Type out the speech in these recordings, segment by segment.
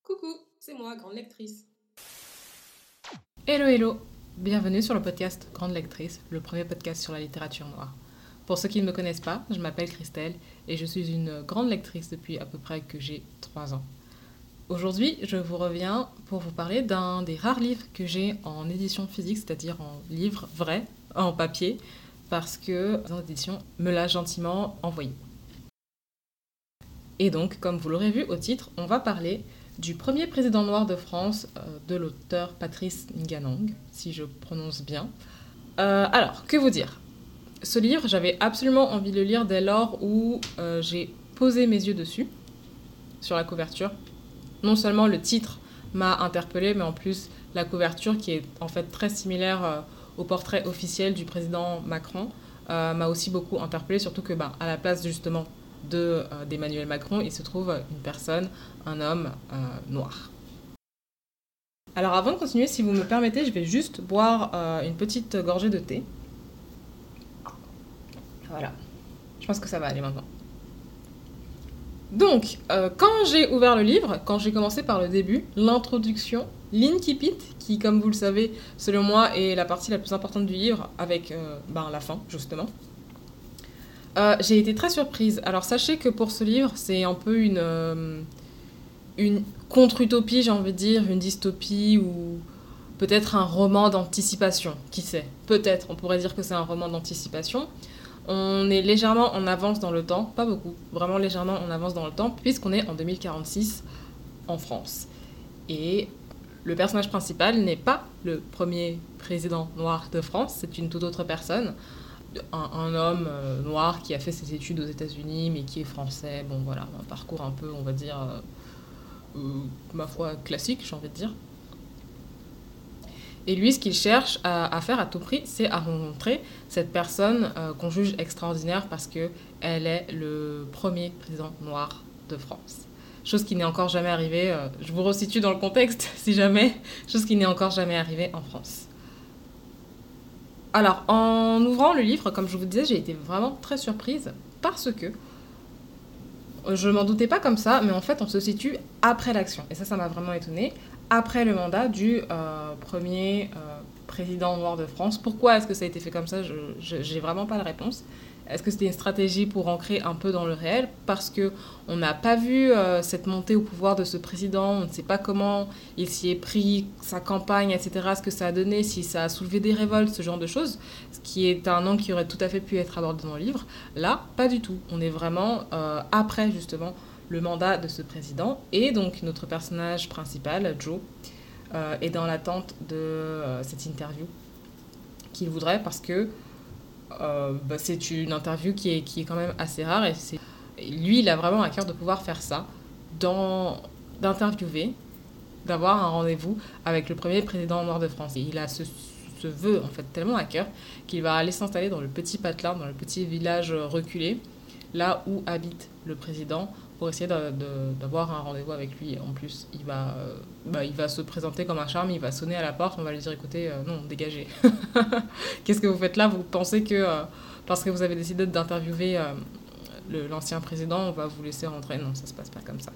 Coucou, c'est moi, grande lectrice. Hello hello, bienvenue sur le podcast Grande Lectrice, le premier podcast sur la littérature noire. Pour ceux qui ne me connaissent pas, je m'appelle Christelle et je suis une grande lectrice depuis à peu près que j'ai 3 ans. Aujourd'hui, je vous reviens pour vous parler d'un des rares livres que j'ai en édition physique, c'est-à-dire en livre vrai, en papier, parce que dans l'édition me l'a gentiment envoyé. Et donc, comme vous l'aurez vu au titre, on va parler du premier président noir de France, de l'auteur Patrice Nganang, si je prononce bien. Alors, que vous dire? Ce livre, j'avais absolument envie de le lire dès lors où j'ai posé mes yeux dessus, sur la couverture. Non seulement le titre m'a interpellée, mais en plus la couverture, qui est en fait très similaire au portrait officiel du président Macron, m'a aussi beaucoup interpellée, surtout que à la place justement d'Emmanuel Macron, il se trouve une personne, un homme noir. Alors avant de continuer, si vous me permettez, je vais juste boire une petite gorgée de thé. Voilà, je pense que ça va aller maintenant. Donc, quand j'ai ouvert le livre, quand j'ai commencé par le début, l'introduction, l'incipit, qui, comme vous le savez, selon moi, est la partie la plus importante du livre, avec la fin, justement, j'ai été très surprise. Alors, sachez que pour ce livre, c'est un peu une contre-utopie, j'ai envie de dire, une dystopie, ou peut-être un roman d'anticipation, qui sait. Peut-être, on pourrait dire que c'est un roman d'anticipation. On est légèrement en avance dans le temps, pas beaucoup, vraiment légèrement en avance dans le temps, puisqu'on est en 2046 en France. Et le personnage principal n'est pas le premier président noir de France, c'est une toute autre personne, un homme noir qui a fait ses études aux États-Unis, mais qui est français. Bon voilà, un parcours un peu, on va dire, ma foi, classique, j'ai envie de dire. Et lui, ce qu'il cherche à faire à tout prix, c'est à rencontrer cette personne qu'on juge extraordinaire parce qu'elle est le premier président noir de France. Chose qui n'est encore jamais arrivée, je vous resitue dans le contexte si jamais, chose qui n'est encore jamais arrivée en France. Alors, en ouvrant le livre, comme je vous disais, j'ai été vraiment très surprise parce que je m'en doutais pas comme ça, mais en fait, on se situe après l'action. Et ça m'a vraiment étonnée. Après le mandat du premier président noir de France. Pourquoi est-ce que ça a été fait comme ça? J'ai vraiment pas la réponse. Est-ce que c'était une stratégie pour ancrer un peu dans le réel? Parce que on n'a pas vu cette montée au pouvoir de ce président. On ne sait pas comment il s'y est pris, sa campagne, etc. Ce que ça a donné, si ça a soulevé des révoltes, ce genre de choses. Ce qui est un angle qui aurait tout à fait pu être abordé dans le livre. Là, pas du tout. On est vraiment après, justement, le mandat de ce président. Et donc, notre personnage principal, Joe, est dans l'attente de cette interview qu'il voudrait parce que c'est une interview qui est quand même assez rare et lui, il a vraiment à cœur de pouvoir faire ça, d'interviewer, d'avoir un rendez-vous avec le premier président noir de France. Et il a ce vœu en fait tellement à cœur qu'il va aller s'installer dans le petit patelin, dans le petit village reculé, là où habite le président, pour essayer d'avoir un rendez-vous avec lui. Et en plus, il va se présenter comme un charme, il va sonner à la porte, on va lui dire écoutez, non, dégagez. Qu'est-ce que vous faites là? Vous pensez que parce que vous avez décidé d'interviewer l'ancien président, on va vous laisser rentrer? Non, ça se passe pas comme ça.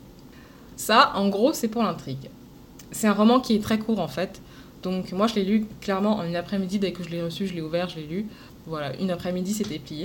Ça, en gros, c'est pour l'intrigue. C'est un roman qui est très court en fait. Donc moi, je l'ai lu clairement en une après-midi. Dès que je l'ai reçu, je l'ai ouvert, je l'ai lu. Voilà, une après-midi, c'était plié.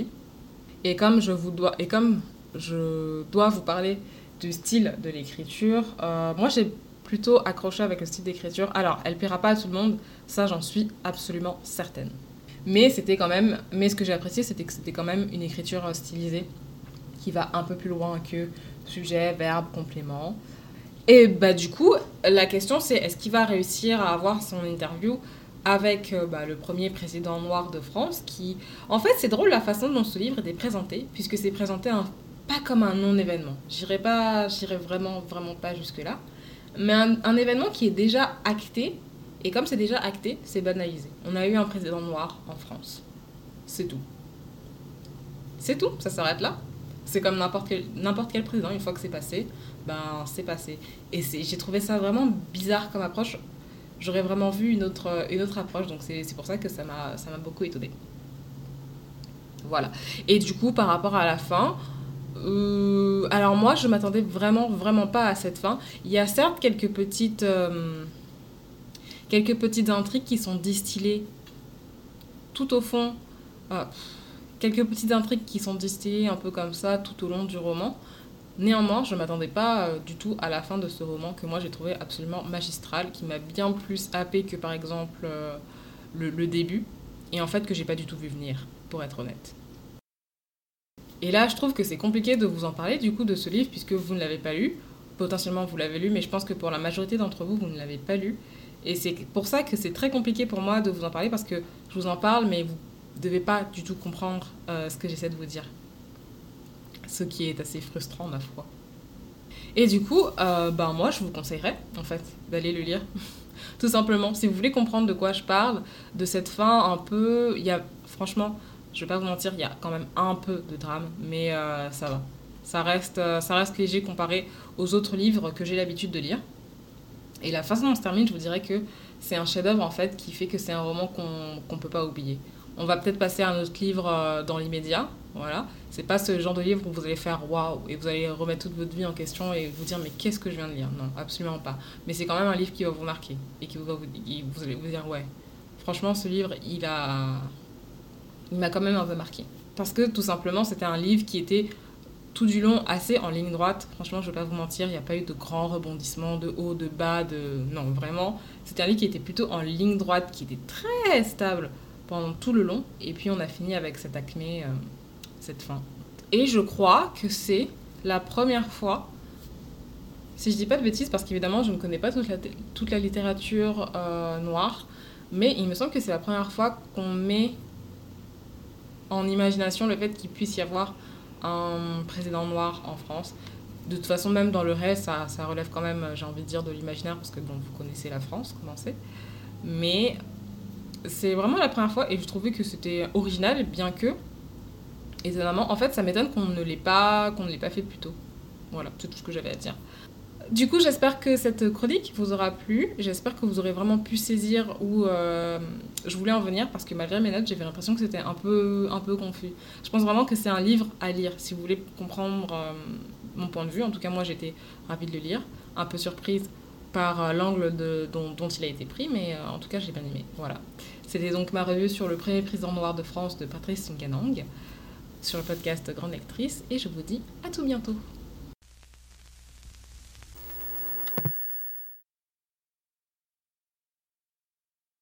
Et comme je dois vous parler du style de l'écriture, moi j'ai plutôt accroché avec le style d'écriture. Alors, elle plaira pas à tout le monde, ça j'en suis absolument certaine. Mais ce que j'ai apprécié, c'était que c'était quand même une écriture stylisée qui va un peu plus loin que sujet, verbe, complément. Et du coup, la question c'est est-ce qu'il va réussir à avoir son interview avec le premier président noir de France qui... En fait, c'est drôle la façon dont ce livre est présenté, puisque c'est présenté pas comme un non-événement. J'irai vraiment, vraiment pas jusque-là. Mais un événement qui est déjà acté, et comme c'est déjà acté, c'est banalisé. On a eu un président noir en France. C'est tout. C'est tout, ça s'arrête là. C'est comme n'importe quel président, une fois que c'est passé, c'est passé. Et j'ai trouvé ça vraiment bizarre comme approche. J'aurais vraiment vu une autre approche, donc c'est pour ça que ça m'a beaucoup étonnée. Voilà. Et du coup, par rapport à la fin, Alors moi, je m'attendais vraiment pas à cette fin. Il y a certes quelques petites intrigues qui sont distillées tout au fond. euh, Quelques petites intrigues qui sont distillées un peu comme ça tout au long du roman. Néanmoins, je ne m'attendais pas du tout à la fin de ce roman que moi j'ai trouvé absolument magistral, qui m'a bien plus happé que par exemple le début, et en fait que j'ai pas du tout vu venir, pour être honnête. Et là, je trouve que c'est compliqué de vous en parler du coup de ce livre puisque vous ne l'avez pas lu. Potentiellement vous l'avez lu, mais je pense que pour la majorité d'entre vous, vous ne l'avez pas lu. Et c'est pour ça que c'est très compliqué pour moi de vous en parler parce que je vous en parle, mais vous ne devez pas du tout comprendre ce que j'essaie de vous dire. Ce qui est assez frustrant, ma foi. Et du coup, moi, je vous conseillerais, en fait, d'aller le lire. Tout simplement, si vous voulez comprendre de quoi je parle, de cette fin un peu... Franchement, je vais pas vous mentir, il y a quand même un peu de drame, mais ça va. Ça reste léger comparé aux autres livres que j'ai l'habitude de lire. Et la façon dont se termine, je vous dirais que c'est un chef-d'œuvre, en fait, qui fait que c'est un roman qu'on peut pas oublier. On va peut-être passer à un autre livre dans l'immédiat, voilà. C'est pas ce genre de livre où vous allez faire waouh et vous allez remettre toute votre vie en question et vous dire mais qu'est-ce que je viens de lire. Non, absolument pas. Mais c'est quand même un livre qui va vous marquer et vous allez vous dire ouais. Franchement, ce livre, il m'a quand même un peu marqué. Parce que tout simplement, c'était un livre qui était tout du long assez en ligne droite. Franchement, je vais pas vous mentir, il n'y a pas eu de grands rebondissements, de haut, de bas, de... Non, vraiment. C'était un livre qui était plutôt en ligne droite, qui était très stable pendant tout le long. Et puis on a fini avec cette acmé, cette fin. Et je crois que c'est la première fois, si je dis pas de bêtises, parce qu'évidemment je ne connais pas toute la littérature noire, mais il me semble que c'est la première fois qu'on met en imagination le fait qu'il puisse y avoir un président noir en France. De toute façon, même dans le reste, ça relève quand même, j'ai envie de dire, de l'imaginaire, parce que bon, vous connaissez la France, comment c'est. Mais c'est vraiment la première fois, et je trouvais que c'était original, bien que, étonnamment, en fait, ça m'étonne qu'on ne l'ait pas fait plus tôt. Voilà, c'est tout ce que j'avais à dire. Du coup, j'espère que cette chronique vous aura plu. J'espère que vous aurez vraiment pu saisir où je voulais en venir, parce que malgré mes notes, j'avais l'impression que c'était un peu confus. Je pense vraiment que c'est un livre à lire si vous voulez comprendre mon point de vue. En tout cas, moi, j'étais ravie de le lire, un peu surprise par l'angle dont il a été pris, mais en tout cas, j'ai bien aimé. Voilà. C'était donc ma revue sur le premier président noir de France de Patrice Nganang, sur le podcast Grande Lectrice, et je vous dis à tout bientôt.